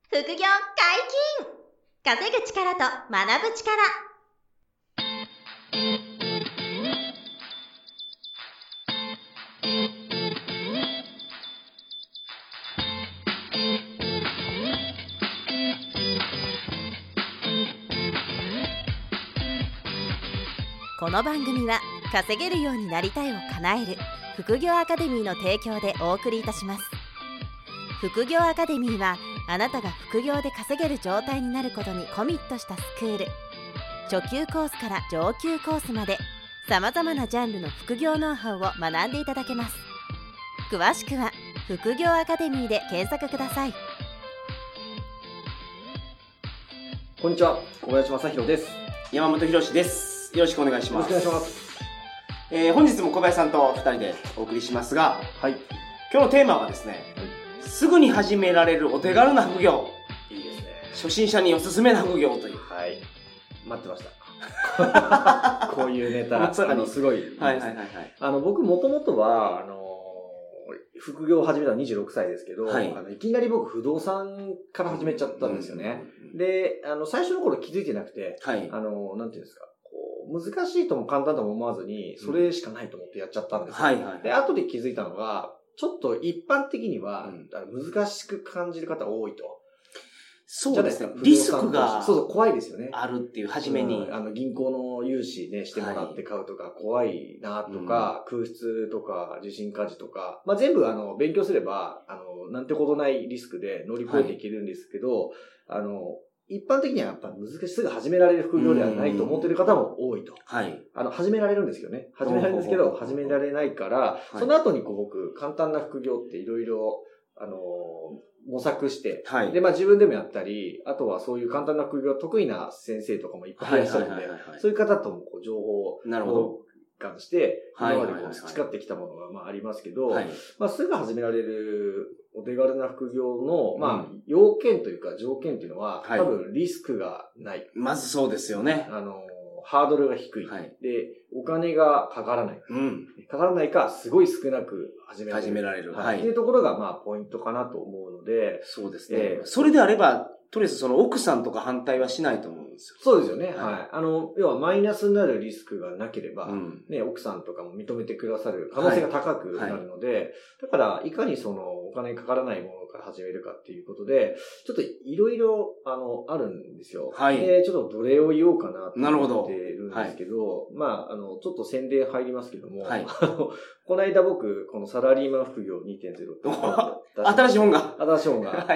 副業解禁！稼ぐ力と学ぶ力。この番組は稼げるようになりたいを叶える副業アカデミーの提供でお送りいたします。副業アカデミーはあなたが副業で稼げる状態になることにコミットしたスクール。初級コースから上級コースまでさまざまなジャンルの副業ノウハウを学んでいただけます。詳しくは副業アカデミーで検索ください。 こんにちは、小林正弘です。 山本博です。よろしくお願いします。 よろしくお願いします。 本日も小林さんと2人でお送りしますが、 はい。 今日のテーマはですね、すぐに始められるお手軽な副業。 いいですね。 初心者におすすめな副業という。 はい。待ってました。こういうネタ、すごい。 はいはいはいはい。 僕もともとは、副業を始めたの26歳ですけど、 はい、 いきなり僕不動産から始めちゃったんですよね。で、最初の頃気づいてなくて、 はい、 なんていうんですか、難しいとも簡単とも思わずに、それしかないと思ってやっちゃったんですよ。 はいはい。 で、後で気づいたのが、ちょっと一般的には、難しく感じる方多いと。 そうですね。リスクが怖いですよね。 あるっていう、初めに。 銀行の融資ね、してもらって買うとか、怖いなとか、空室とか、地震火事とか、まあ、全部勉強すれば、なんてことないリスクで乗り越えていけるんですけど、一般的にはやっぱ難しすぐ始められる副業ではないと思っている方も多いと。 はい。 始められるんですけどね。始められるんですけど、始められないから、その後に僕、簡単な副業っていろいろ、模索して、はい、で、まあ自分でもやったり、あとはそういう簡単な副業得意な先生とかもいっぱいいらっしゃるので、そういう方とも情報を交換して、今まで培ってきたものがまあありますけど、はい、まあすぐ始められるお手軽な副業の、まあ要件というか条件というのは、多分リスクがない。 まずそうですよね。 ハードルが低い。はい、で、お金がかからない。かからないか、すごい少なく始められる。はい。っていうところが、まあ、ポイントかなと思うので。 そうですね。それであれば、とりあえずその奥さんとか反対はしないと思うんですよ。 そうですよね。はい。要はマイナスになるリスクがなければ、ね、奥さんとかも認めてくださる可能性が高くなるので、だから、いかにそのお金かからないものから始めるかっていうことで、ちょっといろいろ、あるんですよ。はい。で、ちょっとどれを言おうかなと思ってるんですけど、まあ、ちょっと宣伝入りますけども、はい。この間僕、このサラリーマン副業 2.0 って新しい本が。 はい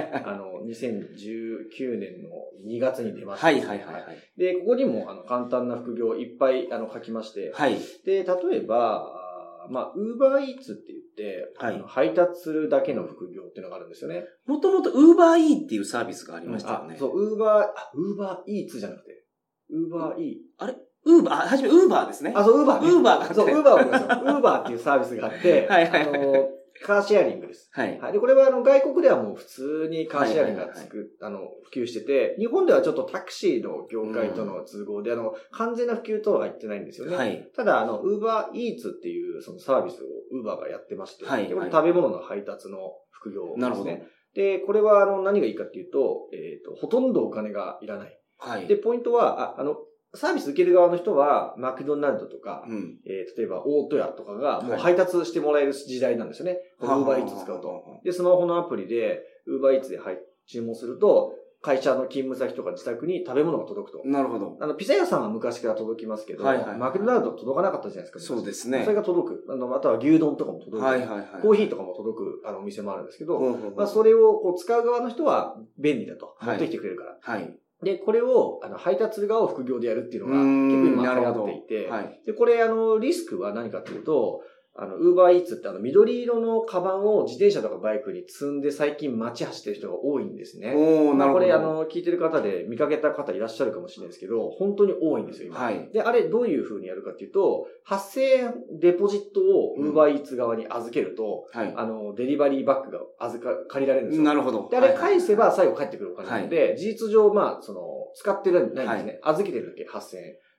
。2019年の2月に出ました。 はいはいはい。 で、ここにも簡単な副業いっぱい書きまして、はい。で、例えば、まあ、Uber Eats って言って、はい、配達するだけの副業っていうのがあるんですよね。 もともと Uber Eats っていうサービスがありましたよね。 そう、Uber Eats じゃなくて、Uber Eats。 あれはじめ Uber ですね。 そう、Uber ね。 Uber があって。 そう、Uber をUber っていうサービスがあって、はいはいはい。カーシェアリングです。はい。はい。で、これは外国ではもう普通にカーシェアリングが普及してて、日本ではちょっとタクシーの業界との都合で、完全な普及とは言ってないんですよね。はい。ただ、Uber Eats っていうそのサービスを Uber がやってまして、はい。で、これ食べ物の配達の副業ですね。なるほど。で、これは何がいいかっていうと、ほとんどお金がいらない。はい。で、ポイントは、サービス受ける側の人は、マクドナルドとか、例えば、大戸屋とかが、もう配達してもらえる時代なんですよね。ウーバーイーツ使うと。で、スマホのアプリで、ウーバーイーツで注文すると、会社の勤務先とか自宅に食べ物が届くと。 なるほど。 ピザ屋さんは昔から届きますけど、マクドナルド届かなかったじゃないですか。 そうですね。 それが届く。あとは牛丼とかも届く。コーヒーとかも届く、お店もあるんですけど、まあ、それを使う側の人は便利だと。持ってきてくれるから。はい。で、これを、配達する側を副業でやるっていうのが、結構今流行っていて、はい、で、これ、リスクは何かというと、ウーバーイーツって緑色のカバンを自転車とかバイクに積んで最近街走ってる人が多いんですね。なるほど。これ聞いてる方で見かけた方いらっしゃるかもしれないですけど、本当に多いんですよ、今。はい。で、あれどういう風にやるかっていうと、8000円デポジットをウーバーイーツ側に預けると、はい。デリバリーバッグが借りられるんですよ。なるほど。で、あれ返せば最後返ってくるお金なので、事実上、まあ、使ってないんですね。預けてるだけ8000円。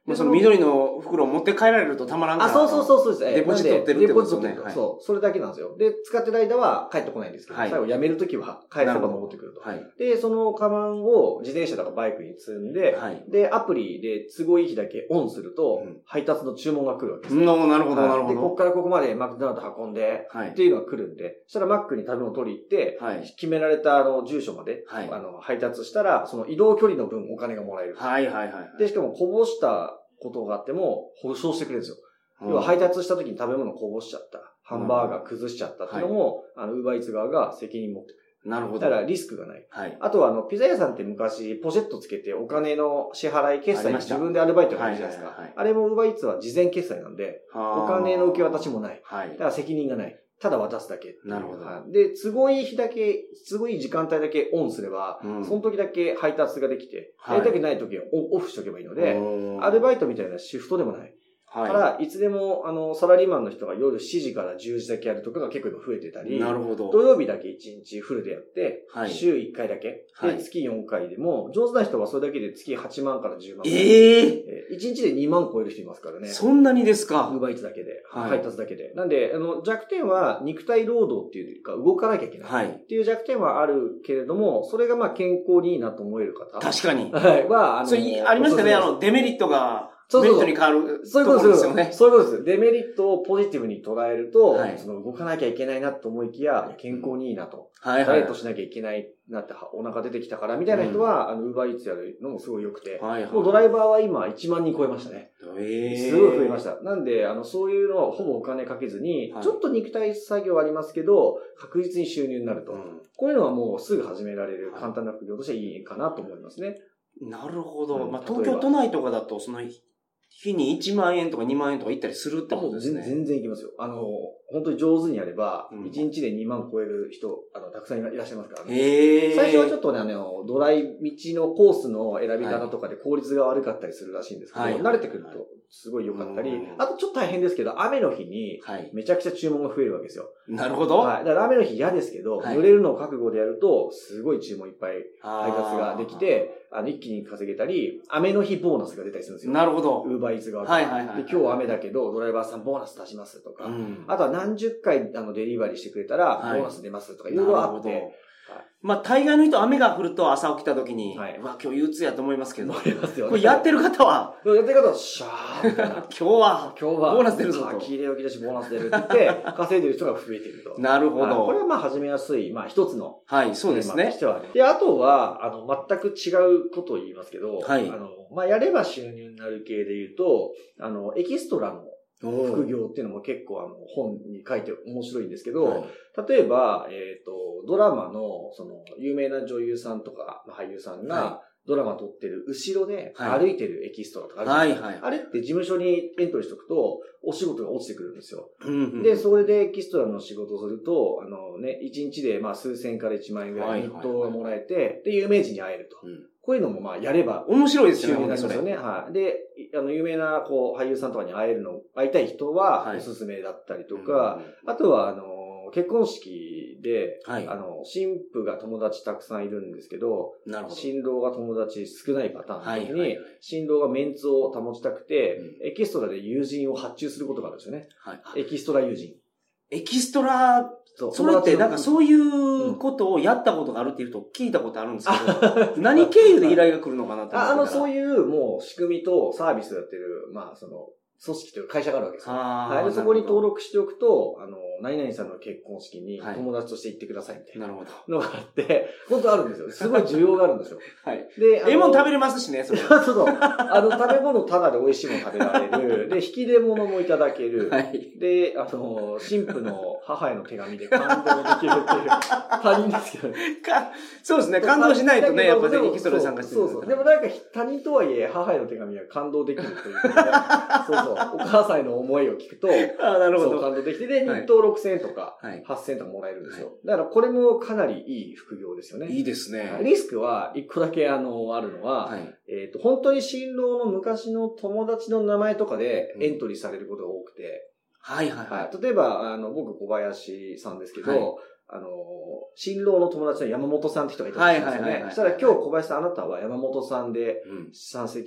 もうその緑の袋を持って帰られるとたまらんから。 そうです。 デポジット取ってるってことですね。 デポジット取ってる。そう。それだけなんですよ。で、使ってる間は帰ってこないんですけど、最後辞めるときは返せば戻ってくると。で、そのカバンを自転車とかバイクに積んで、で、アプリで都合いい日だけオンすると、配達の注文が来るわけですよ。 なるほど、なるほど。 で、ここからここまでマクドナルド運んで、っていうのが来るんで、そしたらマックに食べ物取り行って、決められた住所まで、配達したら、その移動距離の分お金がもらえる。で、しかもこぼしたことがあっても保証してくれるんですよ。要は配達した時に食べ物こぼしちゃった。ハンバーガー崩しちゃったっていうのも、ウーバーイーツ側が責任持ってくれる。 なるほど。 だからリスクがない。あとはピザ屋さんって昔ポシェットつけてお金の支払い決済自分でアルバイトがあるじゃないですか。あれもウーバーイーツは事前決済なんで、お金の受け渡しもない。だから責任がない。ただ渡すだけ。 なるほど。 で、都合いい日だけ、都合いい時間帯だけオンすれば、その時だけ配達ができて、やりたくない時はオフしとけばいいので、アルバイトみたいなシフトでもない。から、いつでも、サラリーマンの人が夜7時から10時だけやるとかが結構今増えてたり、 なるほど。 土曜日だけ1日フルでやって、週1回だけ、で、月4回でも、上手な人はそれだけで月8万から10万。1日で2万超える人いますからね。 そんなにですか？ ウーバーイーツだけで、配達だけで。なんで、弱点は肉体労働っていうか、動かなきゃいけない。っていう弱点はあるけれども、それがまあ健康にいいなと思える方。 確かに。 は、 それ、ありますかね、デメリットが。メリットに変わる。 そういうことですよね。そういうことです。デメリットをポジティブに捉えると、その動かなきゃいけないなと思いきや、健康にいいなと。ダイエットしなきゃいけないなって、お腹出てきたからみたいな人は、ウーバーイーツやるのもすごい良くて、もうドライバーは今1万人超えましたね。すごい増えました。なんで、そういうのはほぼお金かけずに、ちょっと肉体作業ありますけど、確実に収入になると。こういうのはもうすぐ始められる簡単な副業としてはいいかなと思いますね。 なるほど。まあ、東京都内とかだと、その、日に1万円とか2万円とか行ったりするってことですね。 全然行きますよ。本当に上手にやれば、1日で2万超える人、たくさんいらっしゃいますからね。最初はちょっとね、道のコースの選び方とかで効率が悪かったりするらしいんですけど、慣れてくるとすごい良かったり、あとちょっと大変ですけど、雨の日にめちゃくちゃ注文が増えるわけですよ。 なるほど。 だから雨の日嫌ですけど、濡れるのを覚悟でやると、すごい注文いっぱい配達ができて、一気に稼げたり、雨の日ボーナスが出たりするんですよ。 なるほど。 ウーバーイーツ側で。今日は雨だけど、ドライバーさんボーナス出しますとか、あとは何十回デリバリーしてくれたら、ボーナス出ますとか、いろいろあって、 まあ、大概の人、雨が降ると朝起きた時に、今日憂鬱やと思いますけど。 思いますよね。 これやってる方は、 シャーみたいな。 今日は、ボーナス出るぞと。 切れ置きだしボーナス出るって言って、稼いでる人が増えていると。 なるほど。 これはまあ始めやすい、まあ一つの。 そうですね。 してはね。で、あとは、全く違うことを言いますけど、まあやれば収入になる系で言うと、エキストラの副業っていうのも結構本に書いて面白いんですけど、例えば、ドラマの、有名な女優さんとか、俳優さんが、ドラマ撮ってる後ろで歩いてるエキストラとかあるじゃないですか。あれって事務所にエントリーしとくと、お仕事が落ちてくるんですよ。で、それでエキストラの仕事をすると、1日でまあ数千から1万円ぐらい日当がもらえて、で、有名人に会えると。こういうのもまあやれば面白いですよね。 収入になりますよね。で、有名な俳優さんとかに会いたい人はおすすめだったりとか、あとは結婚式で、新婦が友達たくさんいるんですけど、新郎が友達少ないパターンの時に、新郎がメンツを保ちたくて、エキストラで友人を発注することがあるんですよね。エキストラ友人。 エキストラ、それってなんかそういうことをやったことがあるっていうと聞いたことあるんですけど、何経由で依頼が来るのかなと思って。 そういうもう仕組みとサービスをやってる、まあ組織という会社があるわけですよ。で、そこに登録しておくと、何々さんの結婚式に友達として行ってくださいみたいなのがあって、本当あるんですよ。すごい需要があるんですよ。 で、物食べれますしね、それ。 そう。食べ物タダで美味しいもの食べられる。で、引き出物もいただける。で、新婦の母への手紙で感動できるっていう、他人ですけどね。 そうですね、感動しないとね、やっぱりエキストラで参加してる。 そう。でもなんか他人とはいえ、母への手紙は感動できるということで、そう。お母さんへの思いを聞くと、 なるほど。 感動できて、で、日当6000円とか、8000円とかもらえるんですよ。だからこれもかなりいい副業ですよね。 いいですね。 リスクは一個だけあるのは、本当に新郎の昔の友達の名前とかでエントリーされることが多くて、例えば、僕小林さんですけど、新郎の友達の山本さんって人がいたんですよね。そしたら今日小林さんあなたは山本さんで参席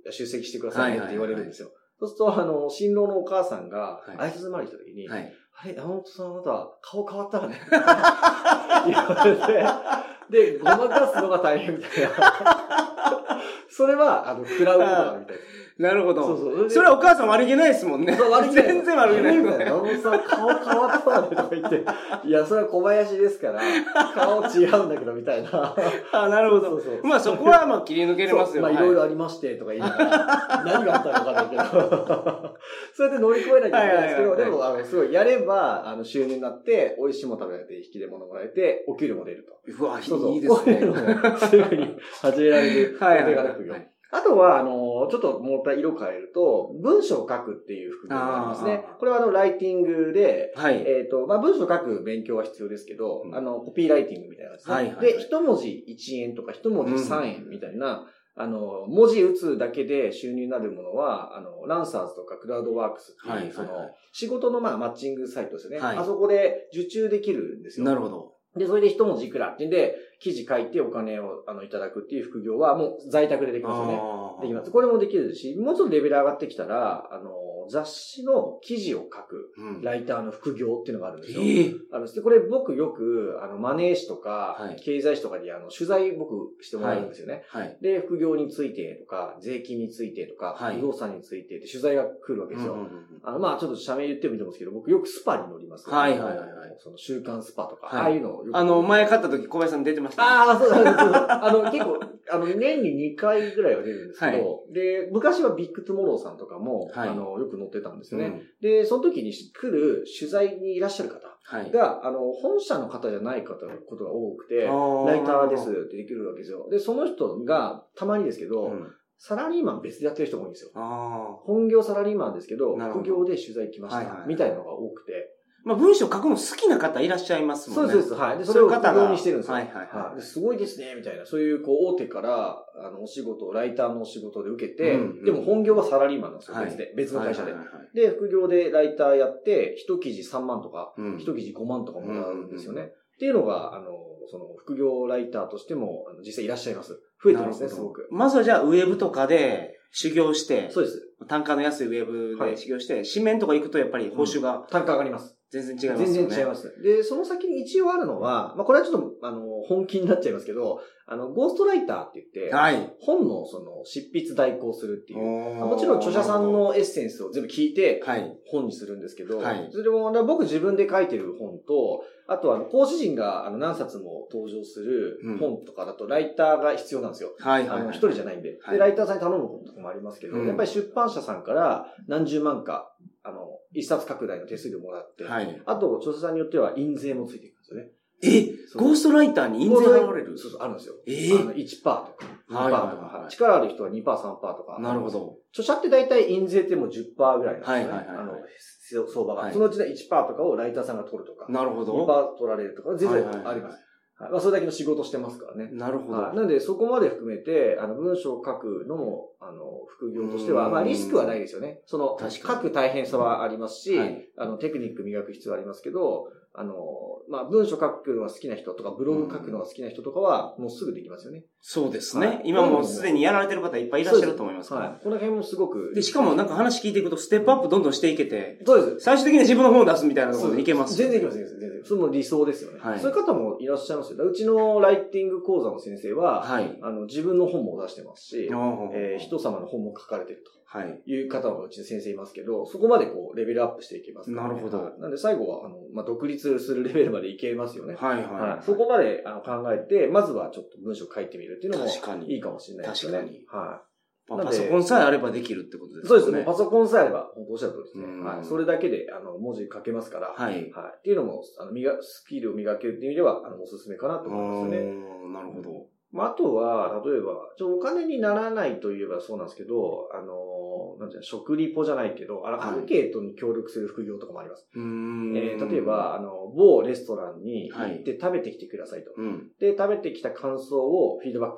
出席してくださいねって言われるんですよ。そうすると、新郎のお母さんが、挨拶回りした時に、あれ、山本さんあなた、顔変わったらね。言われて、で、ごまかすのが大変みたいな。それは、食らうことがあるみたいな。 なるほど。そう。それはお母さん悪気ないですもんね。 悪気ない。 全然悪気ない。 山本さん顔変わったねとか言って、いや、それは小林ですから、顔違うんだけどみたいな。 なるほど。まあそこは切り抜けれますよ。 まあいろいろありましてとか言いながら、何があったのかわかんないけど、それで乗り越えなきゃいけないんですけど、でも、すごいやれば、収入になって、美味しいもの食べられて、引き出物もらえて、お給料も出ると。 うわ、いいですね。 すぐに始められる。あとは、ちょっともう色変えると、文章を書くっていう副業がありますね。これはライティングで、まあ、文章を書く勉強は必要ですけど、コピーライティングみたいなやつね。で、一文字1円とか一文字3円みたいな、文字打つだけで収入になるものは、ランサーズとかクラウドワークスっていう、仕事のマッチングサイトですよね。あそこで受注できるんですよ。 なるほど。 で、それで一文字いくらってんで、記事書いてお金をいただくっていう副業はもう在宅でできますよね。できます。これもできるし、もうちょっとレベル上がってきたら、雑誌の記事を書く、ライターの副業っていうのがあるんですよ。これ僕よく、マネー誌とか、経済誌とかに取材僕してもらうんですよね。で、副業についてとか、税金についてとか、不動産についてって取材が来るわけですよ。まあちょっと社名言ってもいいと思うんですけど、僕よくスパに乗ります。その週刊スパとか、ああいうのをよく。 前買った時小林さん出てました。 ああ、そうだ、結構、年に2回ぐらいは出るんですけど、で、昔はビッグトゥモローさんとかも、よく載ってたんですよね。で、その時に来る取材にいらっしゃる方が、本社の方じゃない方のことが多くて、ライターですってできるわけですよ。で、その人が、たまにですけど、サラリーマン別でやってる人が多いんですよ。本業サラリーマンですけど、副業で取材来ました、みたいなのが多くて、 まあ文章書くの好きな方いらっしゃいますもんね。 そうです。はい。で、それを副業にしてるんですよ。すごいですね、みたいな。そういう、大手から、お仕事を、ライターのお仕事で受けて、でも本業はサラリーマンなんですよ、別の会社で。で、副業でライターやって、一記事3万とか、一記事5万とかもらうんですよね。っていうのが、その、副業ライターとしても、実際いらっしゃいます。増えてますね、すごく。 まずはじゃあ、ウェブとかで修行して、 そうです。 単価の安いウェブで修行して、紙面とか行くとやっぱり報酬が、 単価上がります。 全然違いますね。 全然違います。で、その先に一応あるのは、まあ、これはちょっと、本気になっちゃいますけど、ゴーストライターって言って、本の執筆代行するっていう。もちろん著者さんのエッセンスを全部聞いて、本にするんですけど、それでも僕自分で書いてる本と、あと講師陣が何冊も登場する本とかだと、ライターが必要なんですよ。一人じゃないんで。で、ライターさんに頼む本とかもありますけど、やっぱり出版社さんから何十万か、一冊拡大の手数料もらって、あと、著者さんによっては印税もついてくるんですよね。 ゴーストライターに印税払われる？ そう、あるんですよ。1%とか、2%とか、力ある人は2%、3%とか。 なるほど。 著者って大体印税ってもう 10% ぐらいなんですよね。相場が。そのうちの 1% とかをライターさんが取るとか。 なるほど。 2% 取られるとか、全然あります。まあ、それだけの仕事してますからね。 なるほど。 なので、そこまで含めて、文章を書くのも、副業としては、まあ、リスクはないですよね。書く大変さはありますし、テクニック磨く必要はありますけど、まあ、文章書くのが好きな人とか、ブログ書くのが好きな人とかは、もうすぐできますよね。 そうですね。今もうすでにやられてる方いっぱいいらっしゃると思いますから。 この辺もすごく。 で、しかもなんか話聞いていくと、ステップアップどんどんしていけて、 そうです。 最終的に自分の本を出すみたいなところでいけます。 全然いけます、全然。その理想ですよね。そういう方もいらっしゃいますよ。うちのライティング講座の先生は、自分の本も出してますし、人様の本も書かれてると。いう方がうちの先生いますけど、そこまでレベルアップしていきます、 なるほど。 なんで最後は、独立するレベルまでいけますよね。そこまで考えて、まずはちょっと文章書いてみるっていうのもいいかもしれないですね。 確かに。パソコンさえあればできるってことですね。 そうですね。パソコンさえあれば、本当おっしゃる通りですね。それだけで、文字書けますから、っていうのも、スキルを磨けるっていう意味では、おすすめかなと思いますよね。 なるほど。 あとは、例えば、お金にならないといえばそうなんですけど、なんていうの、食リポじゃないけど、アンケートに協力する副業とかもあります。例えば、某レストランに行って食べてきてくださいと。で、食べてきた感想をフィードバックください。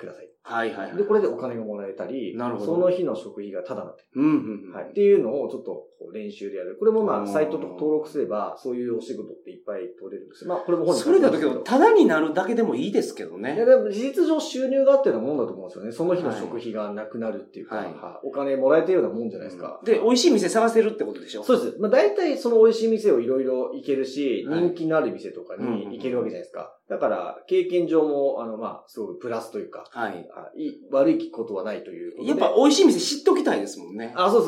はいはいはい。 で、これでお金がもらえたり、 なるほど。 その日の食費がタダになってる。 うんうんうん。 はい。っていうのをちょっと練習でやる。これもまあ、サイトとか登録すれば、そういうお仕事っていっぱい取れるんですよ。まあ、これも本にそれだけど、タダになるだけでもいいですけどね。 いや、でも事実上収入があってのもんだと思うんですよね。その日の食費がなくなるっていうか、はい、お金もらえてるようなもんじゃないですか。 で、美味しい店探せるってことでしょ？ そうです。まあ、大体その美味しい店をいろいろ行けるし、人気のある店とかに行けるわけじゃないですか。だから、経験上も、まあ、すごくプラスというか、 はい。 悪いことはないということで。 やっぱ美味しい店知っときたいですもんね。 そう。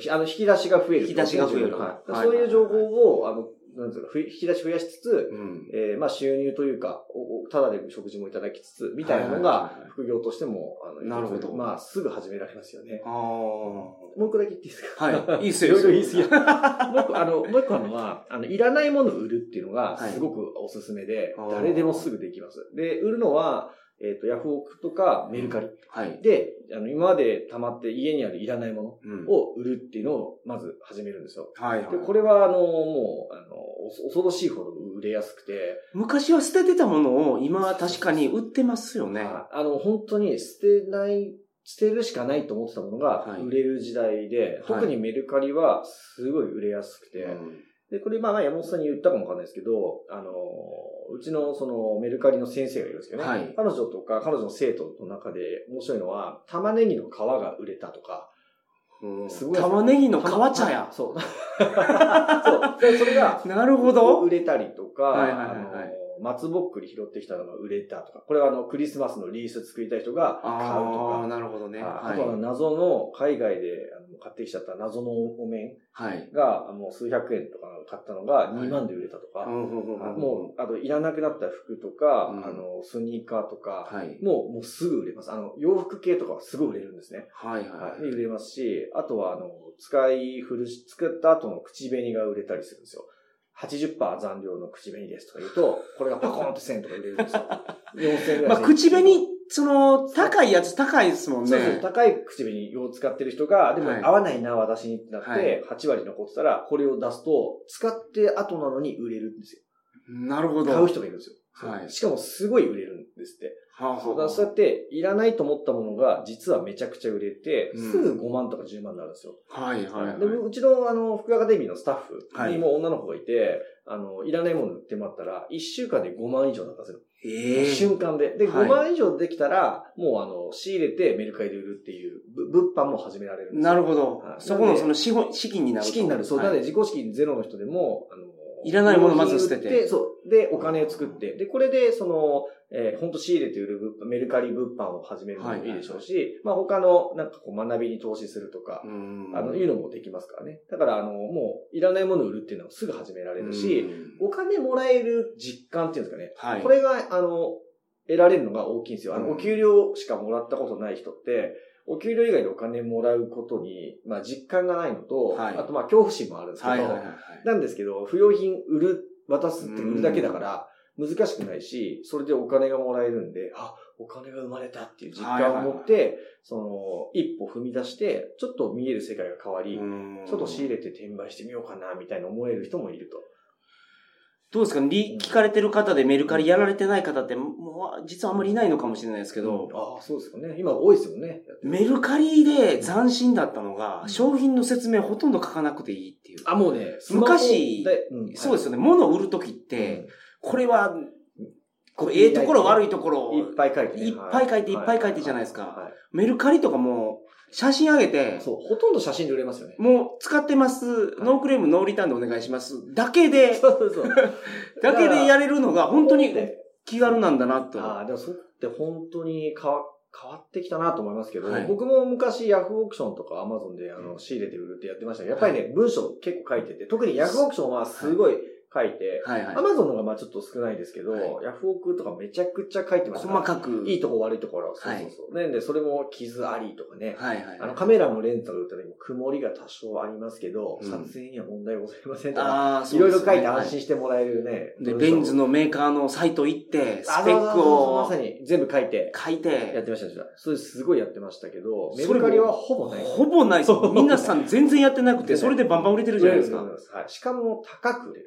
引き出しが増える。 引き出しが増える。 はい。そういう情報を、なんですか、引き出し増やしつつ、まあ収入というか、ただで食事もいただきつつ、みたいなのが、副業としても、 なるほど。 まあ、すぐ始められますよね。 もう一個だけ言っていいですか？ はい。いいっすよ。 いろいろ言い過ぎる。もう一個あるのは、いらないものを売るっていうのが、すごくおすすめで、誰でもすぐできます。で、売るのは、ヤフオクとかメルカリ。はい。で、今まで溜まって家にあるいらないものを売るっていうのをまず始めるんですよ。はい、はい。で、これはもう、恐ろしいほど売れやすくて。 昔は捨ててたものを今は確かに売ってますよね。 本当に捨てるしかないと思ってたものが売れる時代で、はい、特にメルカリはすごい売れやすくて、で、これまあ山本さんに言ったかもわかんないですけど、うちのそのメルカリの先生がいるんですけどね。はい、彼女とか彼女の生徒の中で面白いのは、玉ねぎの皮が売れたとか、 すごい。玉ねぎの皮茶や。 そう。そう。で、それが、 なるほど。 売れたりとか、松ぼっくり拾ってきたのが売れたとか、これはクリスマスのリース作りたい人が買うとか。 なるほどね。 あとは謎の海外で買ってきちゃった謎のお面がもう数百円とか買ったのが2万で売れたとか、もう、いらなくなった服とか、スニーカーとか、もうすぐ売れます。洋服系とかはすぐ売れるんですね。はいはい。で、売れますし、あとは作った後の口紅が売れたりするんですよ。80% 残量の口紅ですとか言うと、これがパコーンと1000円とか売れるんですよ。4000円ぐらい。 まあ、口紅、高いやつ高いですもんね。 そうそう、高い口紅を使ってる人が、でも合わないな、私にってなって、8割残ってたら、これを出すと、使って後なのに売れるんですよ。 なるほど。 買う人がいるんですよ。はい。しかもすごい売れるんですって。そうやって、いらないと思ったものが、実はめちゃくちゃ売れて、すぐ5万とか10万になるんですよ。はいはい。で、うちの福アカデミーのスタッフにも女の子がいて、いらないもの売ってもらったら、1週間で5万以上だったんですよ。瞬間で。で、5万以上できたら、もう仕入れてメルカリで売るっていう、物販も始められるんですよ。 なるほど。そこの資金になる。 資金になる。そう。なので自己資金ゼロの人でも、 いらないものまず捨てて。 そう。で、お金を作って。で、これで、本当仕入れて売るメルカリ物販を始めるのもいいでしょうし、まあ他の学びに投資するとか、いうのもできますからね。だから、もういらないものを売るっていうのはすぐ始められるし、お金もらえる実感っていうんですかね。はい、これが、得られるのが大きいんですよ。お給料しかもらったことない人って、お給料以外でお金もらうことに、まあ実感がないのと、はい、あとまあ恐怖心もあるんですけど、なんですけど、不要品渡すって売るだけだから、難しくないし、それでお金がもらえるんで、お金が生まれたっていう実感を持って、一歩踏み出して、ちょっと見える世界が変わり、ちょっと仕入れて転売してみようかな、みたいな思える人もいると。 どうですか？聞かれてる方でメルカリやられてない方って、もう実はあんまりいないのかもしれないですけど。 そうですよね。今多いですよね。 メルカリで斬新だったのが、商品の説明ほとんど書かなくていいっていう。 もうね、 昔、そうですよね。物を売るときって、これは、ええところ悪いところいっぱい書いて、 いっぱい書いてじゃないですか。メルカリとかも、写真上げて、 そう、ほとんど写真で売れますよね。 もう使ってます、ノークレームノーリターンでお願いします。だけで、そうだけでやれるのが本当に気軽なんだなと。 でもそこって本当に変わってきたなと思いますけど、僕も昔ヤフオークションとかアマゾンで仕入れて売るってやってましたけど、やっぱりね、文章結構書いてて、特にヤフオークションはすごい、書いて、アマゾンのがまあちょっと少ないですけど、ヤフオクとかめちゃくちゃ書いてました。 細かく。 いいとこ悪いところ。そう。で、それも傷ありとかね。カメラのレンズを売った時も曇りが多少ありますけど、撮影には問題ございませんとか、いろいろ書いて安心してもらえるね。 で、レンズのメーカーのサイト行って、スペックを。 まさに全部書いて。やってました。それすごいやってましたけど、メルカリはほぼない。 ほぼない。皆さん全然やってなくて、それでバンバン売れてるじゃないですか。 しかも高く売れる。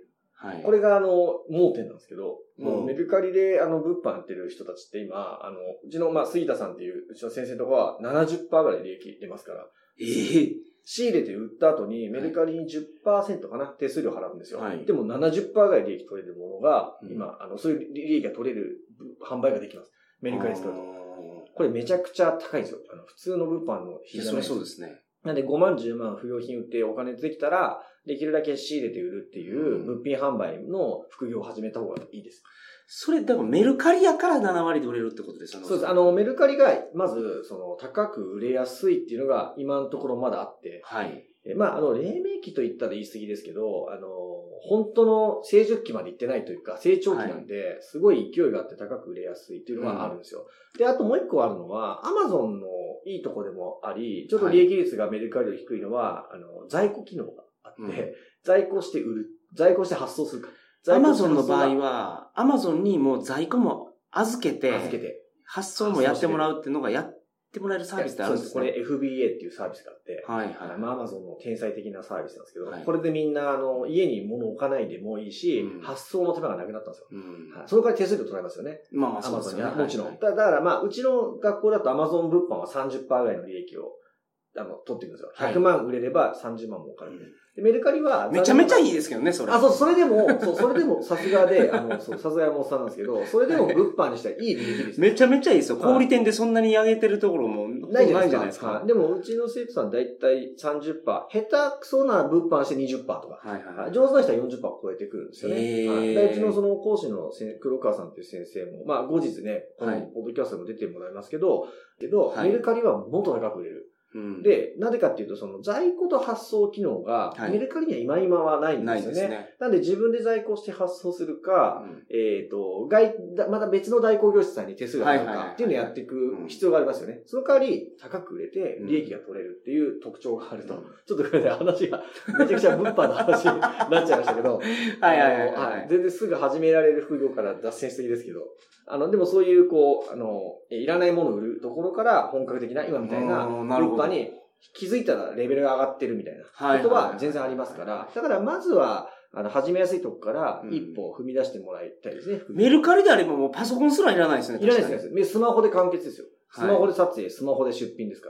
はい、これが盲点なんですけど、もうメルカリで物販やってる人たちって今、うちの杉田さんっていううちの先生とかは 70% ぐらい利益出ますから。仕入れて売った後にメルカリに 10% かな、手数料払うんですよ。はい、でも 70% ぐらい利益取れるものが、今、そういう利益が取れる販売ができます。メルカリ使うと。これめちゃくちゃ高いんですよ。普通の物販の比じゃないです。 そうですね。 なんで5万10万不用品売ってお金できたら、できるだけ仕入れて売るっていう物品販売の副業を始めた方がいいです。 それ、でもメルカリやから7割で売れるってことですよね。 そうです。メルカリが、まず、高く売れやすいっていうのが今のところまだあって、はい。まあ、黎明期と言ったら言い過ぎですけど、本当の成熟期まで行ってないというか、成長期なんで、すごい勢いがあって高く売れやすいっていうのがあるんですよ。で、あともう一個あるのは、アマゾンのいいとこでもあり、ちょっと利益率がメルカリより低いのは、在庫機能があって、在庫して売る、在庫して発送するか。 アマゾンの場合は、アマゾンにもう在庫も預けて、発送もやってもらうっていうのがやってもらえるサービスってあるんですか？ これ FBA っていうサービスがあって、はいはい。アマゾンの天才的なサービスなんですけど、これでみんな家に物を置かないでもいいし、発送の手間がなくなったんですよ。それから手数料取られますよね。まあまあそうですね。もちろん。だからまあ、うちの学校だとアマゾン物販は 30% ぐらいの利益を取っていくんですよ。100万売れれば30万もお金で。メルカリは、 めちゃめちゃいいですけどね、それ。 それでもさすがで、さすが山本さんなんですけど、それでも物販にしたらいい利益です。 めちゃめちゃいいですよ。小売店でそんなに上げてるところもないじゃないですか。でも、うちの生徒さんだいたい 30%、下手くそな物販して 20% とか、上手な人は 40% 超えてくるんですよね。うちのその講師の黒川さんっていう先生も、まあ後日ね、このポッドキャストも出てもらいますけど、メルカリはもっと高く売れる。で、なぜかっていうと、その在庫と発送機能が、メルカリには今はないんですよね。なんで自分で在庫して発送するか、また別の代行業者さんに手数料払うかっていうのをやっていく必要がありますよね。その代わり、高く売れて利益が取れるっていう特徴があると。ちょっとこれで話が、めちゃくちゃ物販の話になっちゃいましたけど、全然すぐ始められる副業から脱線しすぎですけど、でもそういう、いらないものを売るところから本格的な、今みたいな、物販に気づいたらレベルが上がってるみたいなことは全然ありますから、だからまずは、始めやすいとこから一歩踏み出してもらいたいですね。 メルカリであればもうパソコンすらいらないですね。 いらないですね。スマホで完結ですよ。スマホで撮影、スマホで出品ですから。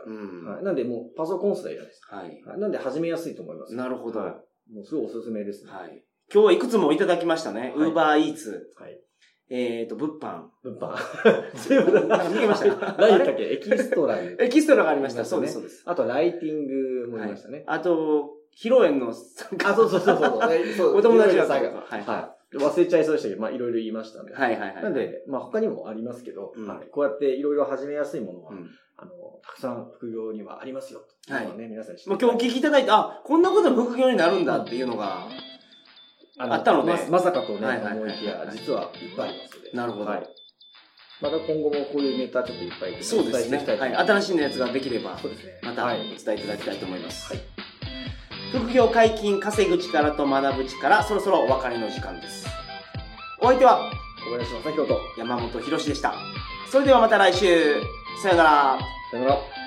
なんでもうパソコンすらいらないです。なんで始めやすいと思います。 なるほど。もうすごいおすすめですね。 今日はいくつもいただきましたね。Uber Eats。物販。 全部見てましたよ。何だっけ？エキストラがありました。そうです、そうです。 あと、ライティングもありましたね。 あと、披露宴の参加。そう。お友達が参加。忘れちゃいそうでしたけど、まあ、いろいろ言いましたね。なんで、まあ、他にもありますけど、こうやっていろいろ始めやすいものは、たくさん副業にはありますよ。皆さん知って。 今日お聞きいただいて、こんなこと副業になるんだっていうのが、あったので。 まさかとね、思いきや、実はいっぱいありますので。 なるほど。また今後もこういうネタちょっといっぱいそうですね。新しいやつができれば、またお伝えいただきたいと思います。副業解禁、稼ぐ力と学ぶ力、そろそろお別れの時間です。お相手は、 小林正宏と山本博史でした。それではまた来週。さよなら。 さよなら。